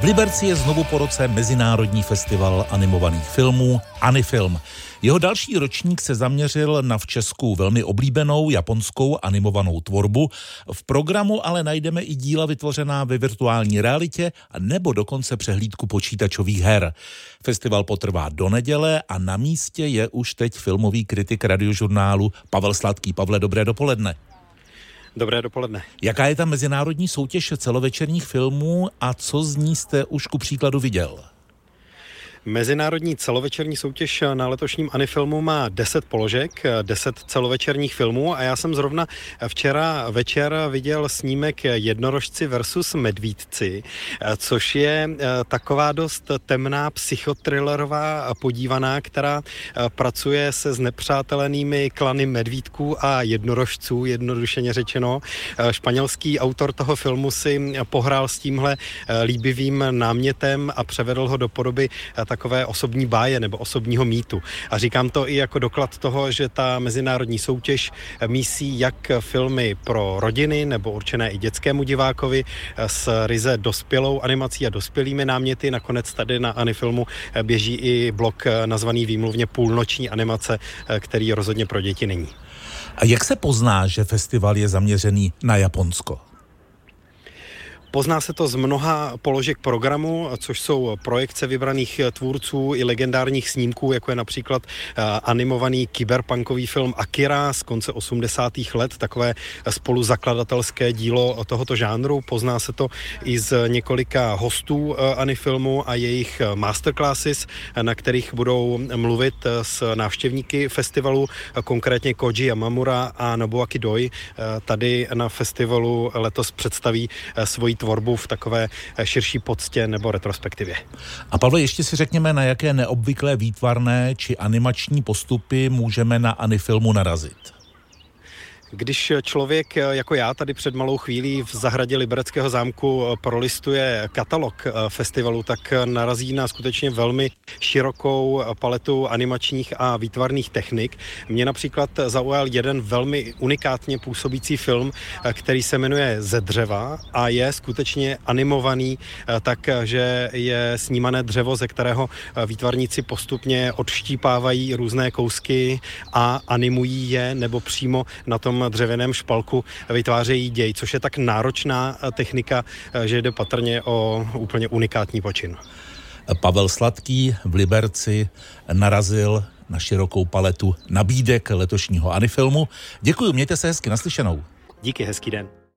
V Liberci je znovu po roce Mezinárodní festival animovaných filmů Anifilm. Jeho další ročník se zaměřil na v Česku velmi oblíbenou japonskou animovanou tvorbu. V programu ale najdeme i díla vytvořená ve virtuální realitě nebo dokonce přehlídku počítačových her. Festival potrvá do neděle a na místě je už teď filmový kritik Radiožurnálu Pavel Sladký. Pavle, dobré dopoledne. Dobré dopoledne. Jaká je ta mezinárodní soutěž celovečerních filmů a co z ní jste už ku příkladu viděl? Mezinárodní celovečerní soutěž na letošním Anifilmu má 10 položek, 10 celovečerních filmů a já jsem zrovna včera večer viděl snímek Jednorožci versus medvídci, což je taková dost temná psychotrillerová podívaná, která pracuje se znepřátelenými klany medvídků a jednorožců, jednodušeně řečeno. Španělský autor toho filmu si pohrál s tímhle líbivým námětem a převedl ho do podoby takové osobní báje nebo osobního mýtu. A říkám to i jako doklad toho, že ta mezinárodní soutěž mísí jak filmy pro rodiny nebo určené i dětskému divákovi s ryze dospělou animací a dospělými náměty. Nakonec tady na Anifilmu běží i blok nazvaný výmluvně půlnoční animace, který rozhodně pro děti není. A jak se pozná, že festival je zaměřený na Japonsko? Pozná se to z mnoha položek programu, což jsou projekce vybraných tvůrců i legendárních snímků, jako je například animovaný kyberpunkový film Akira z konce 80. let, takové spoluzakladatelské dílo tohoto žánru. Pozná se to i z několika hostů Anifilmu a jejich masterclasses, na kterých budou mluvit s návštěvníky festivalu, konkrétně Koji Yamamura a Nobuaki Doi. Tady na festivalu letos představí svoji tvorbu v takové širší poctě nebo retrospektivě. A Pavle, ještě si řekněme, na jaké neobvyklé výtvarné či animační postupy můžeme na Anifilmu narazit. Když člověk jako já tady před malou chvílí v zahradě Libereckého zámku prolistuje katalog festivalu, tak narazí na skutečně velmi širokou paletu animačních a výtvarných technik. Mě například zaujal jeden velmi unikátně působící film, který se jmenuje Ze dřeva a je skutečně animovaný tak, že je snímané dřevo, ze kterého výtvarníci postupně odštípávají různé kousky a animují je nebo přímo na tom dřevěném špalku vytvářejí děj, což je tak náročná technika, že jde patrně o úplně unikátní počin. Pavel Sladký v Liberci narazil na širokou paletu nabídek letošního Anifilmu. Děkuji, mějte se hezky, naslyšenou. Díky, hezký den.